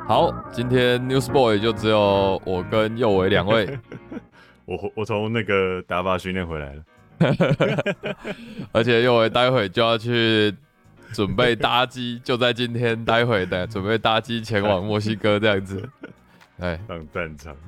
好，今天 Newsboy 就只有我跟佑伟两位， 我从那个打靶训练回来了， 而且佑伟待会就要去准备搭机，就在今天待会的准备搭机前往墨西哥这样子。哎， 上战场，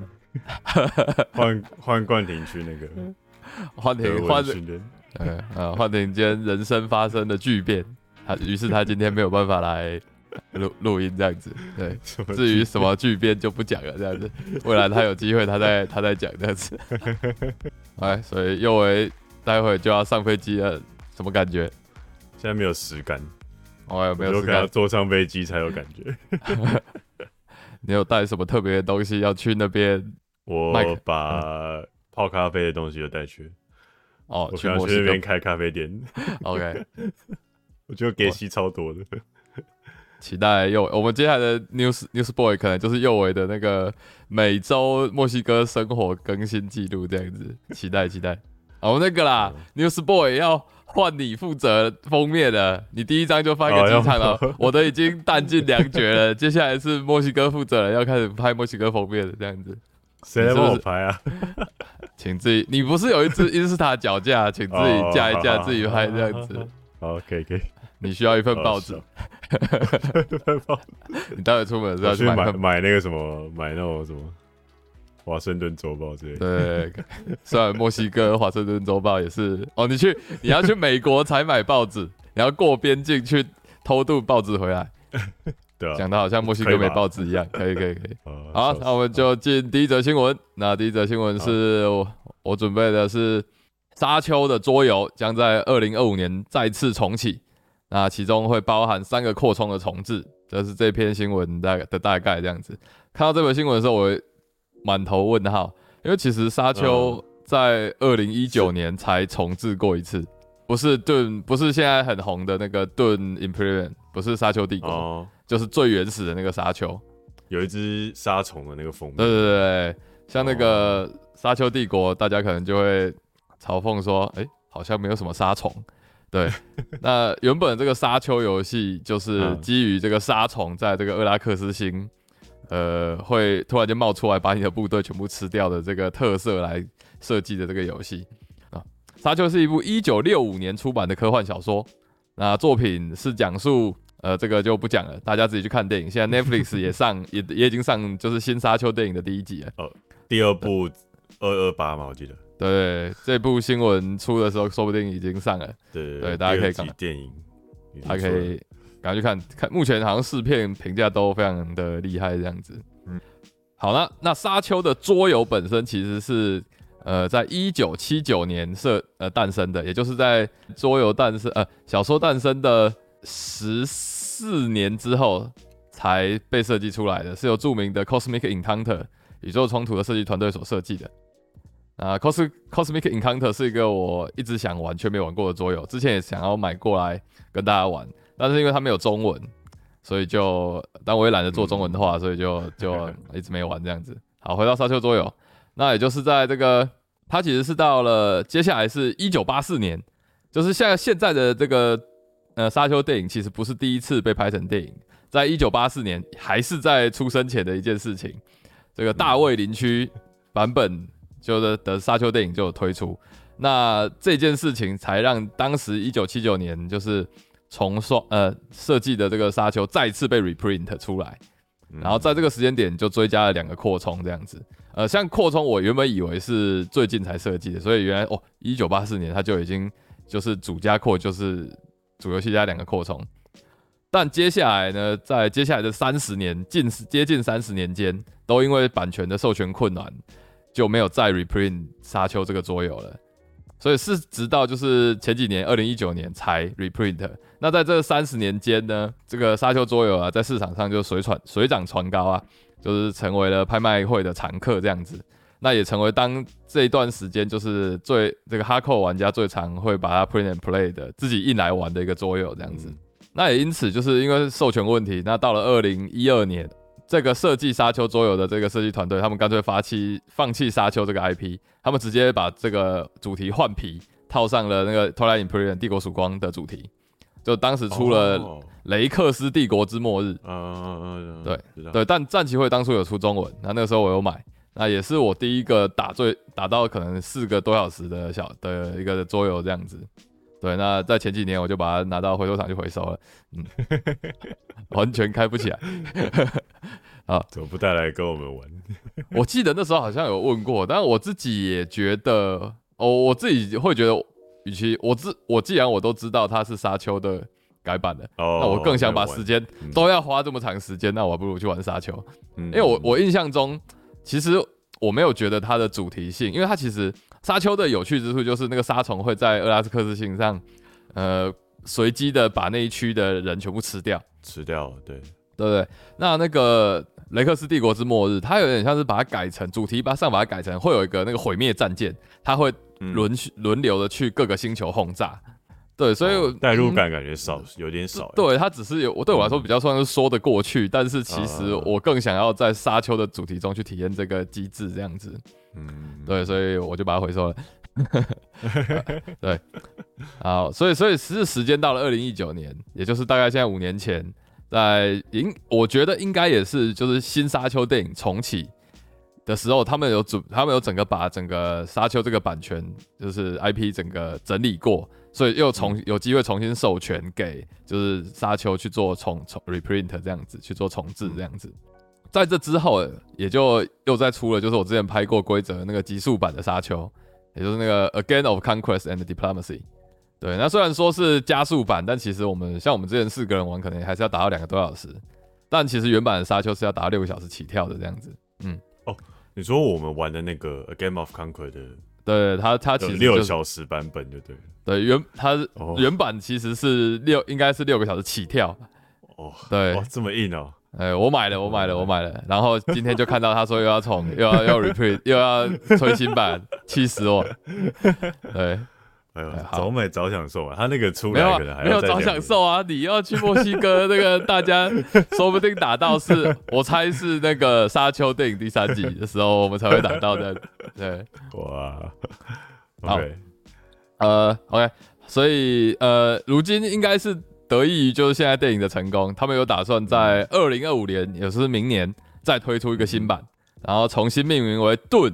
换冠廷去那个幻德庭文训练， 幻庭今天人生发生的巨变，于是他今天没有办法来录音这样子。对，至于什么巨变就不讲了这样子，未来他有机会他再讲这样子。哎，所以佑维待会就要上飞机了，什么感觉？ 现在没有实感， 哦，没有实我可能要坐上飞机才有感觉。 你有带什么特别的东西要去那边？ 我把泡咖啡的东西都带去。 哦， 我想要去那边开咖啡店。 OK， 我觉得给息超多的。 期待我们接下来的 Newsboy 可能就是佑维的那个每周墨西哥生活更新记录这样子，期待。好，那个啦，Newsboy 要换你负责封面了，你第一张就发给机场了，我的已经弹尽粮绝了，接下来是墨西哥负责人要开始拍墨西哥封面了这样子。 谁来帮我拍啊？ 请自己，你不是有一只伊斯塔脚架，请自己架一架，自己拍这样子。 好，可以。 你需要一份报纸。你待会出门是要去买那个什么，买那种什么华盛顿周报之类的。对，虽然墨西哥华盛顿周报也是哦，你要去美国才买报纸，你要过边境去偷渡报纸回来。 对啊， 讲的好像墨西哥没报纸一样。可以。好，那我们就进第一则新闻。那第一则新闻是我准备的是沙丘的桌游将在2025年再次重启。那其中会包含3个扩充的重置，这是这篇新闻的大概这样子。看到这本新闻的时候，我满头问号，因为其实沙丘在2019年才重置过一次，不是现在很红的那个盾 Imperium， 不是沙丘帝国，就是最原始的那个沙丘， 有一只沙虫的那个封面。 对，像那个沙丘帝国，大家可能就会嘲讽说，好像没有什么沙虫。对，那原本这个沙丘游戏就是基于这个沙虫在这个厄拉克斯星，会突然间冒出来把你的部队全部吃掉的这个特色来设计的这个游戏啊。沙丘是一部1965年出版的科幻小说，那作品是讲述这个就不讲了，大家自己去看电影。现在 Netflix 也已经上，就是新沙丘电影的第1集了。 第2部228嘛，我记得。 对，这部新闻出的时候，说不定已经上了。 对， 大家可以看电影， 大家可以赶快去看。目前好像试片评价都非常的厉害，这样子。好了，那沙丘的桌游本身其实是在1979年诞生的，也就是在桌游小说诞生的14年之后才被设计出来的，是由著名的 Cosmic Encounter 宇宙冲突的设计团队所设计的。Cosmic Encounter 是一个我一直想玩却没玩过的桌游，之前也想要买过来跟大家玩，但是因为它没有中文，所以但我也懒得做中文的话，所以就一直没玩这样子。好，回到沙丘桌游，那也就是在这个，它其实是到了接下来是1984年，就是现在的这个沙丘电影其实不是第一次被拍成电影，在1984年还是在出生前的一件事情，这个大卫林区版本。的沙丘电影就有推出，那这件事情才让当时1979年就是设计的这个沙丘再次被 reprint 出来，然后在这个时间点就追加了2个扩充这样子。像扩充我原本以为是最近才设计的，所以原来1984年它就已经就是主加扩，就是主游戏加2个扩充。但接下来呢，在接下来的30年接近30年间，都因为版权的授权困难。就没有再 reprint 沙丘这个桌游了，所以是直到就是前几年2019年才 reprint。那在这30年间呢，这个沙丘桌游啊，在市场上就水涨船高啊，就是成为了拍卖会的常客这样子。那也成为这一段时间就是这个 hardcore 玩家最常会把它 print and play 的自己硬来玩的一个桌游这样子。那也因此就是因为授权问题，那到了2012年。这个设计沙丘桌游的这个设计团队，他们干脆放弃沙丘这个 IP， 他们直接把这个主题换皮，套上了那个 Twilight Imperium 帝国曙光的主题。 就当时出了雷克斯帝国之末日，对，但战棋会当初有出中文，那个时候我有买，那也是我第一个打到可能4个多小时的一个桌游这样子。对，那在前几年我就把它拿到回收厂去回收了，完全开不起来。好， 怎么不带来跟我们玩？ 我记得那时候好像有问过，但我自己也觉得，我自己会觉得，与其我既然我都知道它是沙丘的改版的，那我更想把时间都要花这么长时间，那我不如去玩沙丘。因为我印象中，其实我没有觉得它的主题性，因为它其实沙丘的有趣之处就是那个沙虫会在厄拉斯克斯星上，随机的把那一区的人全部吃掉， 对不对？那个雷克斯帝国之末日，它有点像是把它改成主题，把它改成会有一个那个毁灭战舰，它会轮流的去各个星球轰炸。对，所以代入感感觉有点少。 对，它只是对我来说比较算是说得过去，但是其实我更想要在沙丘的主题中去体验这个机制这样子。对，所以我就把它回收了。对，好，所以时间到了2019年，也就是大概现在5年前，我觉得应该也是就是新沙丘电影重启的时候，他们有整个把整个沙丘这个版权就是 IP 整个整理过，所以又有机会重新授权给就是沙丘去做reprint 这样子，去做重制这样子。在这之后，也就又再出了就是我之前拍过规则那个极速版的沙丘，也就是那个 Again of Conquest and Diplomacy。对，那虽然说是加速版，但其实我们之前4个人玩，可能还是要打到2个多小时。但其实原版的沙丘是要打到6个小时起跳的这样子。 你说我们玩的那个 A Game of Conquest 的， 对，它其实 6小时版本就对了。 对，原版其实是应该是6个小时起跳。对， 这么硬哦。 我买了，然后今天就看到他说又要reprint， 又要推新版，气死我。对。 早享受啊！他那个出来可能还没有早享受啊！你要去墨西哥，那个大家说不定打到我猜是那个沙丘电影第3集的时候，我们才会打到的。对， 哇 ，OK， 所以如今应该是得益于就是现在电影的成功，他们有打算在2025年，也就是明年再推出一个新版，然后重新命名为盾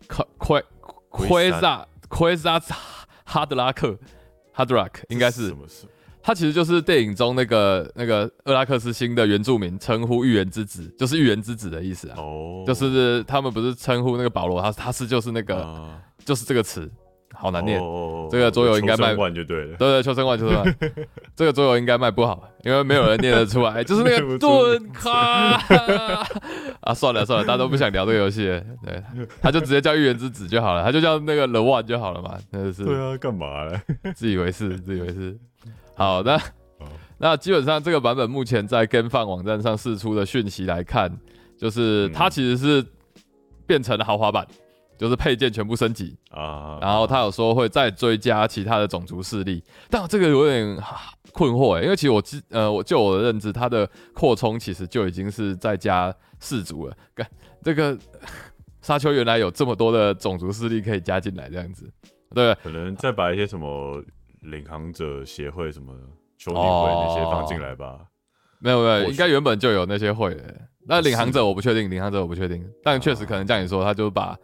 奎萨哈德拉克应该是，他其实就是电影中那个厄拉克斯星的原住民称呼预言之子，就是预言之子的意思啊。就是他们不是称呼那个保罗，他是就是那个就是这个词，好难念。这个桌游应该卖万就对了。 对，求生万。这个桌游应该卖不好，因为没有人念得出来，就是那个盾卡啊。算了，大家都不想聊这个游戏了。对，他就直接叫预言之子就好了，他就叫那个 The One 就好了嘛。 对啊，干嘛呢？ 自以为是。好，那基本上这个版本目前在 GameFAQ 网站上释出的讯息来看，就是它其实是变成了豪华版。就是配件全部升级然后他有说会再追加其他的种族势力，但这个有点困惑因为其实就我的认知，它的扩充其实就已经是再加氏族了。这个沙丘原来有这么多的种族势力可以加进来，这样子，对， 可能再把一些什么领航者协会、什么兄弟会那些放进来吧。 没有，应该原本就有那些会的。那领航者我不确定，但确实可能像你说，他就把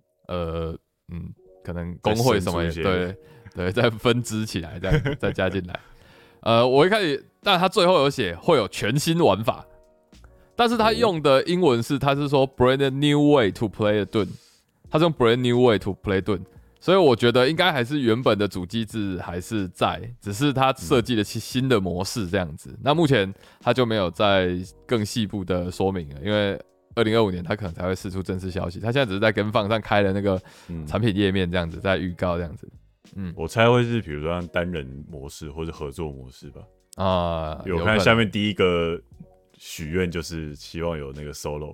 可能工会什么对，再分支起来，这样再加进来。我一开始，但他最后有写会有全新玩法，但是他用的英文他是说 brand new way to play Dune， 他是用 brand new way to play Dune， 所以我觉得应该还是原本的主机制还是在，只是他设计了新的模式这样子。那目前他就没有再更细部的说明了，因为2025年他可能才会释出正式消息，他现在只是在GameFAQ上开了那个产品页面这样子，在预告这样子。 我猜会是比如说像单人模式或者合作模式吧。我看下面第一个许愿就是希望有那个 solo，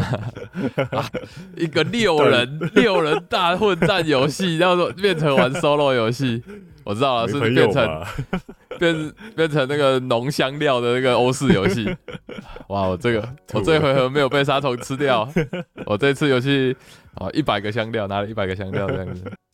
一个6人大混战游戏，然后变成玩 solo 游戏，我知道了，是变成那个浓香料的那个欧式游戏。哇，我这回合没有被沙虫吃掉，我这次游戏100个香料，拿了100个香料这样子。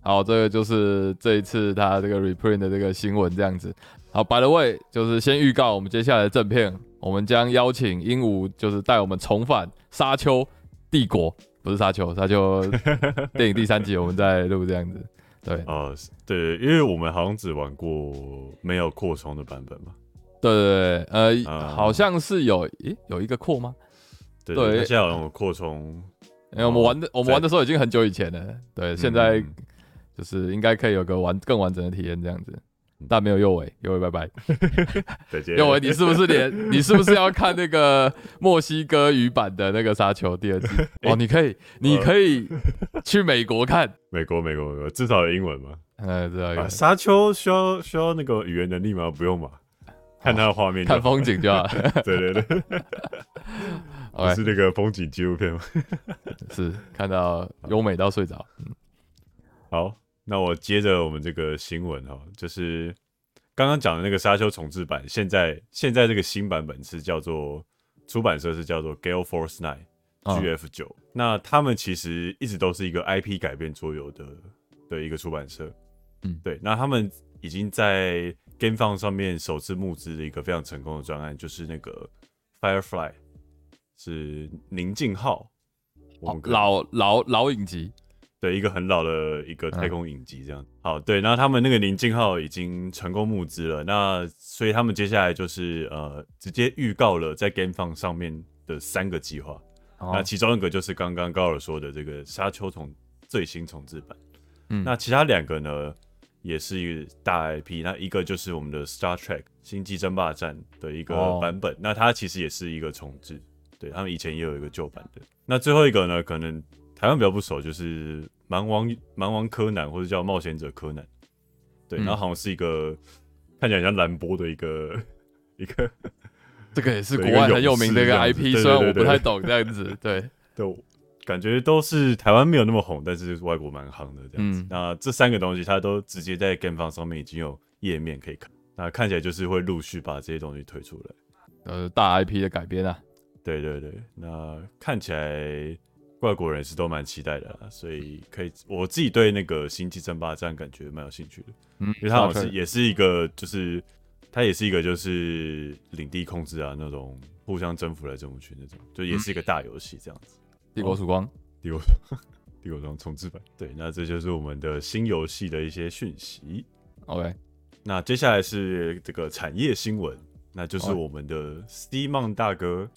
好，这个就是这一次他这个 reprint 的这个新闻这样子。好 ，by the way， 就是先预告我们接下来的正片，我们将邀请鹦鹉，就是带我们重返《沙丘帝国》，不是沙丘电影第3集，我们在录这样子。对， 对，因为我们好像只玩过没有扩充的版本嘛。 对，好像是有一个扩吗？ 对，现在好像有扩充。 我们玩的时候已经很久以前了，对，现在就是应该可以有个更完整的体验这样子。但没有右尾拜拜。右尾，你是不是要看那个墨西哥语版的那个沙丘第2季？哦，你可以去美国看。 美国，至少有英文嘛？ 至少有。 沙丘需要那个语言能力吗？不用吧？看它的画面， 看风景就好。 对。不是那个风景纪录片吗？ 是看到优美到睡着。 好。那我接着我们这个新闻就是刚刚讲的那个沙丘重制版，现在这个新版本是叫做出版社是叫做 Gale Force 9 GF9，那他们其实一直都是一个 IP 改编桌游的一个出版社，对，那他们已经在 GameFound 上面首次募资的一个非常成功的专案，就是那个 Firefly， 是宁静号，老影集。对，一个很老的一个太空影集这样。好，对，那他们那个宁静号已经成功募资了，那所以他们接下来就是直接预告了在 GameFound 上面的3个计划。那其中一个就是刚刚高尔说的这个沙丘最新重制版。那其他2个呢也是一个大 IP， 那一个就是我们的 Star Trek 星际争霸战的一个版本，那它其实也是一个重制，对，他们以前也有一个旧版的。那最后一个呢，可能台湾比较不熟，就是蛮王柯南，或者叫冒险者柯南，对，然后好像是一个看起来像兰波的一个， 这个也是国外很有名的一个 IP， 虽然我不太懂这样子，对， 感觉都是台湾没有那么红，但是外国蛮夯的这样子。那这3个东西它都直接在 GameFound 上面已经有页面可以看，那看起来就是会陆续把这些东西推出来， 大 IP 的改编啊， 对，那看起来。外国人是都蛮期待的啦，所以我自己对那个星际争霸战感觉蛮有兴趣的，因为它好像也是一个，就是它也是一个就是领地控制啊那种互相征服来征服去那种，就也是一个大游戏这样子。 帝国曙光， 帝国曙光重置版，对，那这就是我们的新游戏的一些讯息。 OK， 那接下来是这个产业新闻，那就是我们的 Steamon 大哥，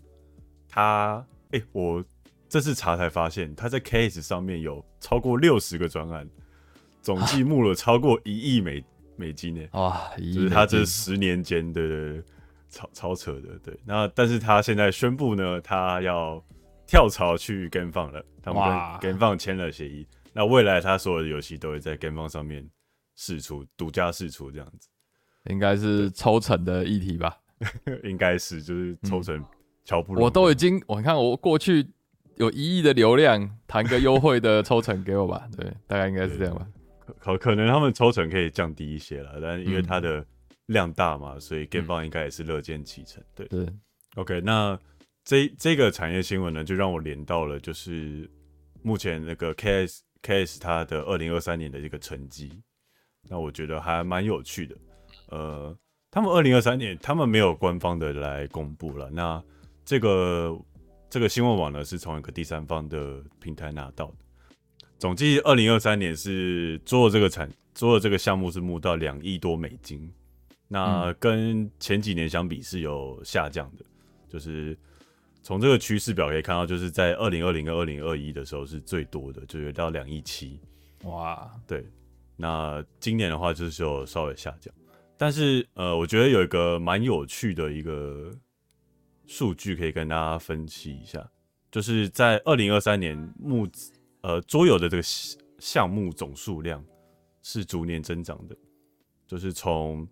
我这次查才发现，他在 Case 上面有超过60个专案，总计募了超过1亿美金呢！哇，就是他这10年间，对，超扯的，对。那但是他现在宣布呢，他要跳槽去 GameFound 了，他们跟 GameFound 签了协议。那未来他所有的游戏都会在 GameFound 上面独家释出，这样子， 应该是抽成的议题吧？ 应该是，就是抽成乔布。 我都已经，我看我过去。有1亿的流量，谈个优惠的抽成给我吧。对，大概应该是这样吧。 可能他们抽成可以降低一些啦，但因为它的量大嘛，所以 GameFound 应该也是乐见其成。对，OK， 那这个产业新闻呢，就让我连到了就是目前那个 KS 它的2023年的这个成绩，那我觉得还蛮有趣的。他们2023年他们没有官方的来公布了，那这个新闻网呢是从一个第三方的平台拿到的。总计2023年是做这个项目是募到2亿多美金，那跟前几年相比是有下降的，就是从这个趋势表可以看到，就是在2020跟2021的时候是最多的，就有到2亿7。哇，对，那今年的话就是有稍微下降，但是我觉得有一个蛮有趣的一个数据可以跟大家分析一下，就是在2023年桌游的这个项目总数量是逐年增长的，就是从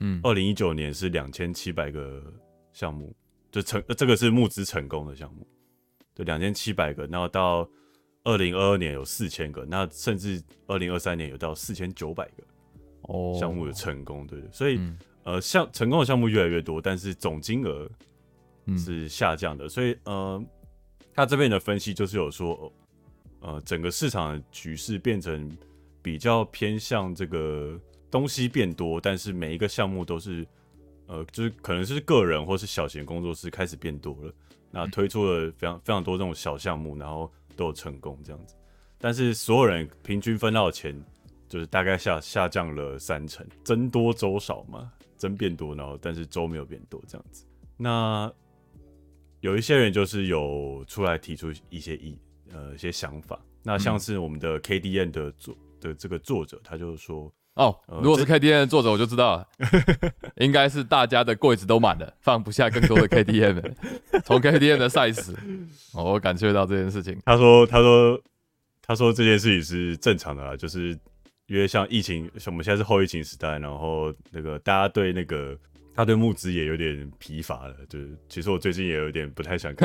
2019年是2700个项目，就这个是募资成功的项目，对，2700个，然后到2022年有4000个，那甚至2023年有到4900个项目的成功，对，所以成功的项目越来越多，但是总金额是下降的，所以他这边的分析就是有说，整个市场的局势变成比较偏向这个东西变多，但是每一个项目都是就是可能是个人或是小型工作室开始变多了，那推出了非常多这种小项目，然后都有成功这样子。但是所有人平均分到的钱就是大概下降了30%，增多周少嘛，增变多，然后但是周没有变多这样子。那有一些人就是有出来提出一些想法，那像是我们的 KDN 的这个作者，他就说。 如果是 KDM 的作者，我就知道了，应该是大家的柜子都满了，放不下更多的 KDM 了。从 KDM 的 size，我感觉到这件事情。 他说这件事情是正常的啦，就是因为像疫情，我们现在是后疫情时代，然后那个大家对他对募资也有点疲乏了，就是其实我最近也有点不太想看。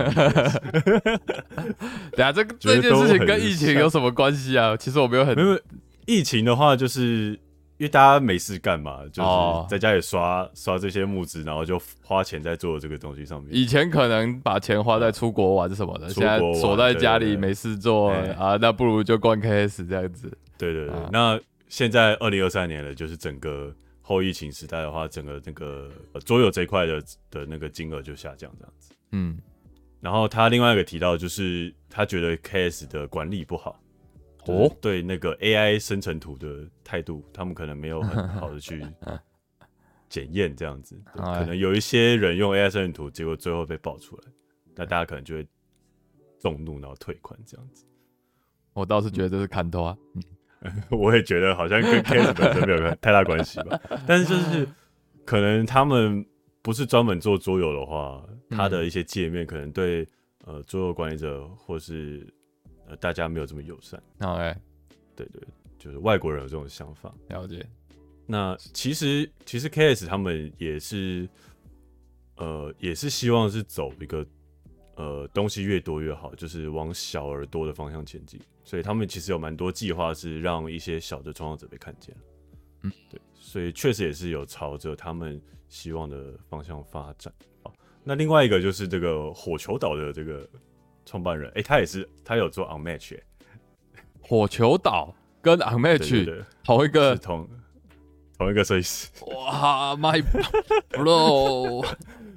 等下这件事情跟疫情有什么关系啊？其实我没有疫情的话，就是因为大家没事干嘛，就是在家里刷这些募资，然后就花钱在做这个东西上面。 以前可能把钱花在出国玩什么的，现在锁在家里没事做啊，那不如就逛 KS 这样子。 对，那现在2023年了，就是整个后疫情时代的话，整个那个桌游这一块的那个金额就下降这样子。然后他另外一个提到就是他觉得 KS 的管理不好。对那个 AI 生成图的态度，他们可能没有很好的去检验，这样子，可能有一些人用 AI 生成图，结果最后被爆出来，那大家可能就会众怒，然后退款这样子。 我倒是觉得这是看透啊， 我也觉得好像跟 case 本身没有太大关系吧，但是就是可能他们不是专门做桌游的话，他的一些界面可能对桌游管理者或是大家没有这么友善。对，就是外国人有这种想法。 了解。 那其实 KS 他们也是希望是走一个东西越多越好，就是往小而多的方向前进。所以他们其实有蛮多计划是让一些小的创作者被看见。对，所以确实也是有朝着他们希望的方向发展。好，那另外一个就是这个火球岛的这个创办人，他有做 Unmatch， 火球岛跟 Unmatch 同一个同一个设计师。 哇 ，My Bro，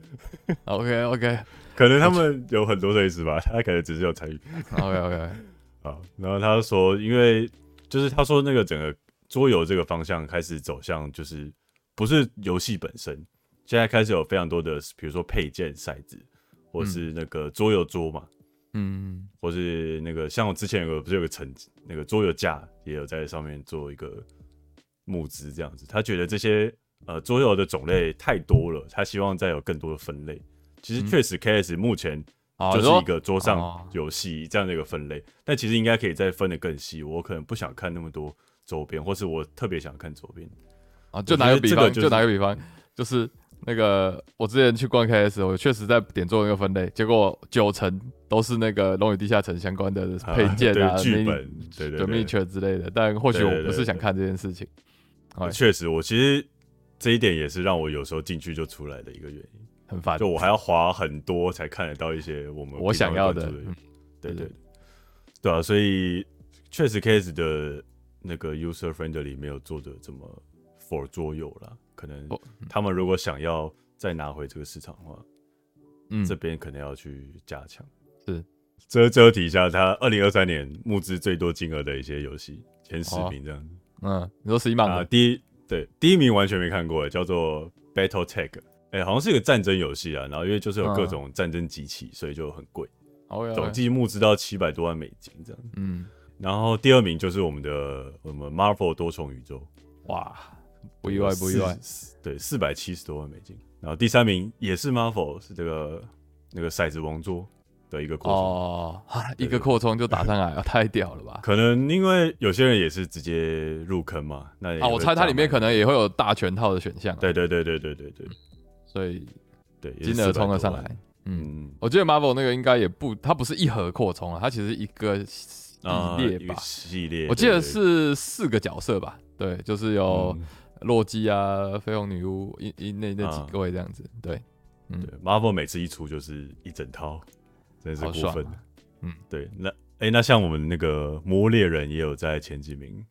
OK， 可能他们有很多设计师吧，他可能只是有参与。 OK， 好，然后他说，因为就是他说那个整个桌游这个方向开始走向，就是不是游戏本身，现在开始有非常多的，比如说配件、骰子，或是那个桌游桌嘛。或是那个像我之前不是有个那个桌游架，也有在上面做一个募资这样子。他觉得这些桌游的种类太多了，他希望再有更多的分类。其实确实 KS 目前就是一个桌上游戏这样的一个分类，但其实应该可以再分得更细。我可能不想看那么多周边，或是我特别想看周边。 就拿个比方，就是那个我之前去逛 KS， 我确实在点做那个分类，结果90%都是那个《龙与地下城》相关的配件啊、 剧本、对 miniature 之类的。但或许我不是想看这件事情。 确实，我其实这一点也是让我有时候进去就出来的一个原因， 很烦。 就我还要滑很多才看得到一些我想要的。 对啊，所以确实 KS 的那个 user friendly 没有做的这么 for 桌游啦。可能他们如果想要再拿回这个市场的话，这边可能要去加强。 是， 最后提一下，他2023年募资最多金额的一些游戏前10名这样子。 你说11mạng 第一名完全没看过，叫做 Battle Tag， 好像是一个战争游戏啊。然后因为就是有各种战争机器，所以就很贵。总计募资到$700多万这样。然后第2名就是我们 Marvel 多重宇宙， 哇，不意外。 对，$470多万。然后第3名也是 Marvel， 是那个骰子王座的一个扩充。 一个扩充就打上来了，太屌了吧？ 可能因为有些人也是直接入坑嘛，那我猜它里面可能也会有大全套的选项。 对， 所以对金额冲了上来。我记得 Marvel 那个应该也不，它不是一盒扩充啊，它其实一个系列吧。我记得是4个角色吧？对，就是有洛基啊、绯红女巫那几位这样子。对 ，Marvel 每次一出就是一整套，真是过分。 对， 那像我们那个魔猎人也有在前几名。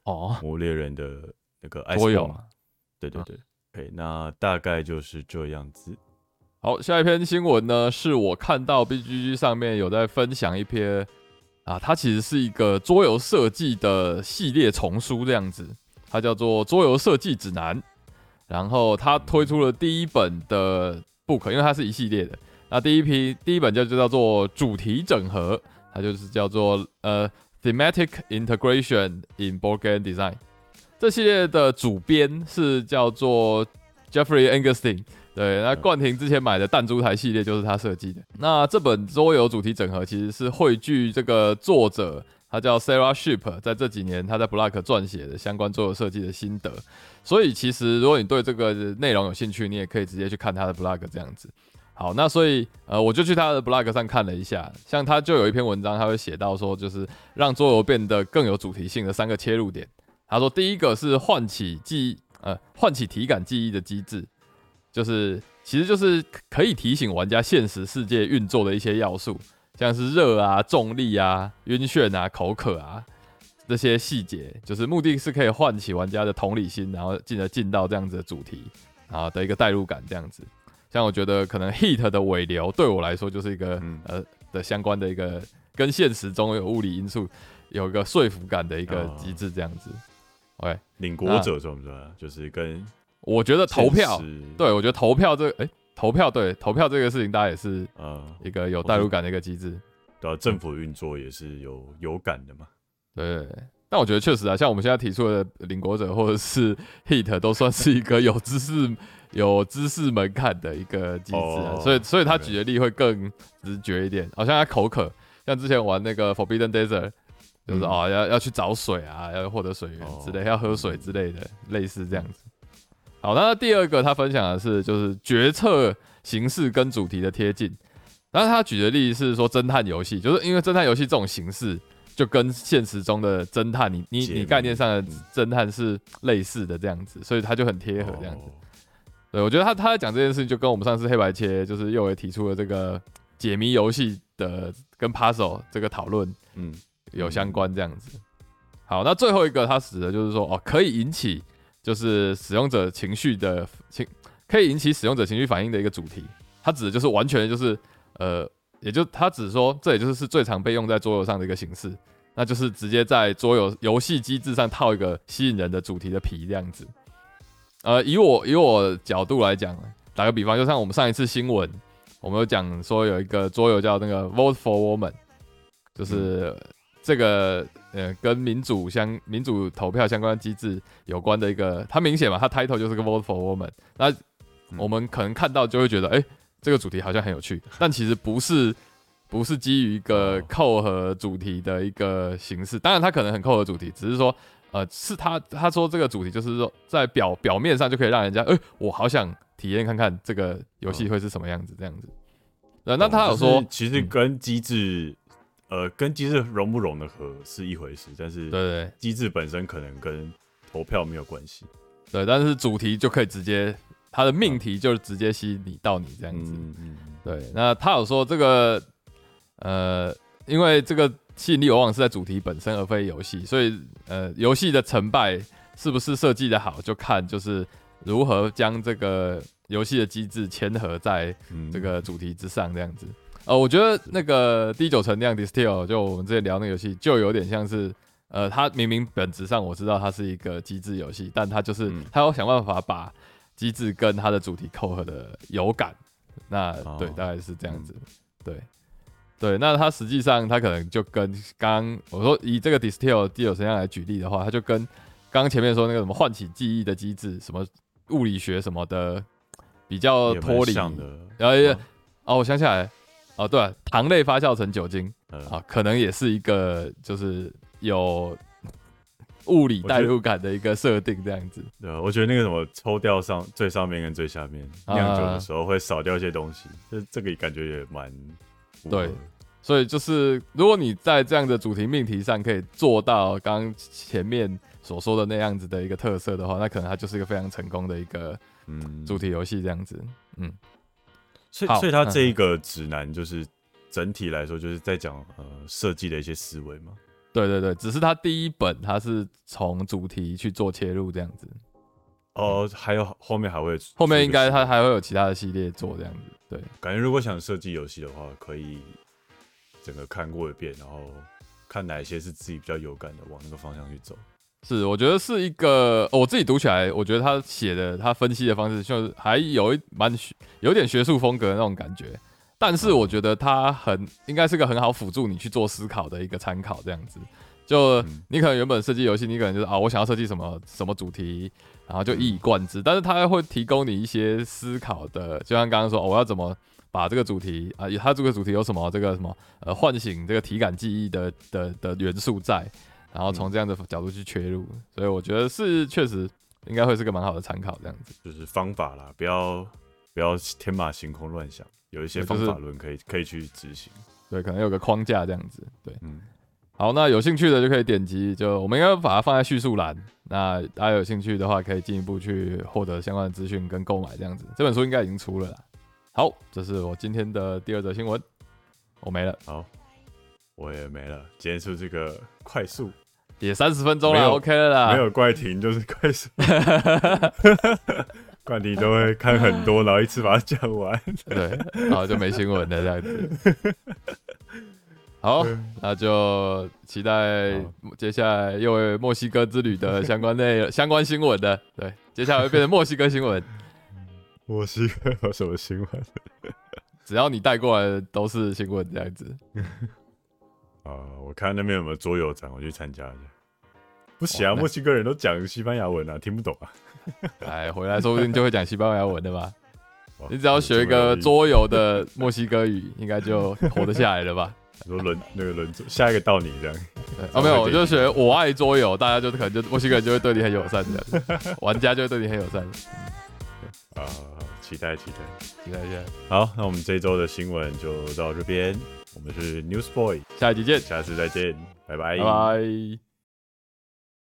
哦， 魔猎人的那个桌游， 对对对，那大概就是这样子。 好，下一篇新闻呢，是我看到 BGG 上面有在分享一篇它其实是一个桌游设计的系列丛书这样子，它叫做《桌游设计指南》，然后它推出了第一本的 book， 因为它是一系列的，那第一本就叫做主题整合，它就是叫做Thematic Integration in Board Game Design。这系列的主编是叫做 Jeffrey Engelstein。对，那冠廷之前买的弹珠台系列就是他设计的。那这本桌游主题整合其实是汇聚这个作者，他叫 Sarah Shipp， 在这几年他在 Block 撰写的相关桌游设计的心得。所以其实如果你对这个内容有兴趣，你也可以直接去看他的 Block 这样子。好，那所以我就去他的 Block 上看了一下，像他就有一篇文章，他会写到说，就是让桌游变得更有主题性的3个切入点。他说，第一个是唤起体感记忆的机制。其实就是可以提醒玩家现实世界运作的一些要素，像是热啊、重力啊、晕眩啊、口渴啊这些细节，就是目的是可以唤起玩家的同理心，然后进而进到这样子的主题的一个代入感这样子。像我觉得可能 Heat 的尾流对我来说就是一个的相关的一个跟现实中有物理因素有一个说服感的一个机制这样子。OK， 领国者重不重要？就是跟我觉得投票，对我觉得投票投票这个事情，大家也是一个有代入感的一个机制。 对啊，政府运作也是有感的嘛。 对，但我觉得确实像我们现在提出的领国者或者是 Heat 都算是一个有知识门槛的一个机制所以他举的例会更直觉一点。好像他口渴，像之前玩那个 Forbidden Desert， 就是要去找水啊，要获得水源之类，要喝水之类的，类似这样子。好，那第二个他分享的是就是决策形式跟主题的贴近。然后他举的例子是说侦探游戏，就是因为侦探游戏这种形式就跟现实中的侦探，你概念上的侦探是类似的这样子，所以他就很贴合这样子。对，我觉得他在讲这件事情，就跟我们上次黑白切就是又也提出了这个解谜游戏的跟 puzzle 这个讨论，有相关这样子。好，那最后一个他指的就是说可以引起就是使用者情绪可以引起使用者情绪反应的一个主题。他指的就是完全就是也就他只说这也就是最常被用在桌游上的一个形式，那就是直接在桌游游戏机制上套一个吸引人的主题的皮这样子。以我角度来讲，打个比方，就像我们上一次新闻，我们有讲说有一个桌游叫那个 Vote for Woman， 就是这个跟民主投票相关的机制有关的一个，它明显嘛，它 title 就是个 Vote for Woman， 那我们可能看到就会觉得，这个主题好像很有趣，但其实不是基于一个扣合主题的一个形式。当然，它可能很扣合主题，只是说，是他说这个主题就是说，在表面上就可以让人家，我好想体验看看这个游戏会是什么样子，这样子。那他有说， 其实跟机制。跟机制融不融的合是一回事，但是对机制本身可能跟投票没有关系。 对，但是主题就可以直接，它的命题就直接吸引你到你这样子。对，那他有说这个因为这个吸引力往往是在主题本身而非游戏，所以游戏的成败是不是设计的好，就看就是如何将这个游戏的机制嵌合在这个主题之上这样子。我觉得那个第9层酿 Distill， 就我们之前聊那个游戏，就有点像是，它明明本质上我知道它是一个机制游戏，但它就是它要想办法把机制跟它的主题扣合的有感。那对，大概是这样子。对，那它实际上它可能就跟刚我说以这个 Distill 第9层酿来举例的话，它就跟刚刚前面说那个什么唤起记忆的机制，什么物理学什么的比较脱离。然后我想起来。对糖类发酵成酒精可能也是一个就是有物理代入感的一个设定这样子。 对，我觉得那个什么抽掉最上面跟最下面酿酒的时候会少掉一些东西，这个感觉也蛮对。所以就是如果你在这样的主题命题上可以做到刚刚前面所说的那样子的一个特色的话，那可能它就是一个非常成功的一个主题游戏这样子。 所以它这一个指南就是整体来说就是在讲设计的一些思维嘛。 对对对，只是它第一本它是从主题去做切入这样子。 哦，还有后面后面应该它还会有其他的系列做这样子。对， 感觉如果想设计游戏的话，可以整个看过一遍，然后看哪一些是自己比较有感的，往那个方向去走。 是，我觉得是一个，我自己读起来，我觉得他写的、他分析的方式，就是还有点学术风格的那种感觉。但是我觉得他应该是个很好辅助你去做思考的一个参考，这样子。就你可能原本设计游戏，你可能就是我想要设计什么主题，然后就一以贯之。但是他会提供你一些思考的，就像刚刚说，我要怎么把这个主题它这个主题有什么这个什么唤醒这个体感记忆的元素在。然后从这样的角度去切入，所以我觉得是确实应该会是个蛮好的参考，这样子就是方法啦，不要天马行空乱想，有一些方法论可以去执行。 对，可能有个框架这样子。对，好，那有兴趣的就可以点击，就我们应该把它放在叙述栏。那大家有兴趣的话，可以进一步去获得相关的资讯跟购买这样子。这本书应该已经出了啦。好，这是我今天的第2则新闻，我没了。 好，我也没了。今天是这个快速。 也30分钟了 ，OK 了啦。 没有怪停就是快速，冠廷都会看很多，然后一次把它讲完。 对，然后就没新闻了这样子。好，那就期待接下来又有墨西哥之旅的相关新闻的。对，接下来会变成墨西哥新闻。 墨西哥有什么新闻？ 只要你带过来的都是新闻这样子。 我看那边有没有桌游展，我去参加一下。不行啊，墨西哥人都讲西班牙文啊，听不懂啊。 哎，回来说不定就会讲西班牙文的吧。你只要学一个桌游的墨西哥语，应该就活得下来了吧？ 说轮下一个到你这样。 没有，我就学我爱桌游，大家就可能就墨西哥人就会对你很友善这样，玩家就会对你很友善。 期待一下。 好， 那我们这周的新闻就到这边。我们是 Newsboy， 下一集见， 下次再见，拜拜。 拜拜。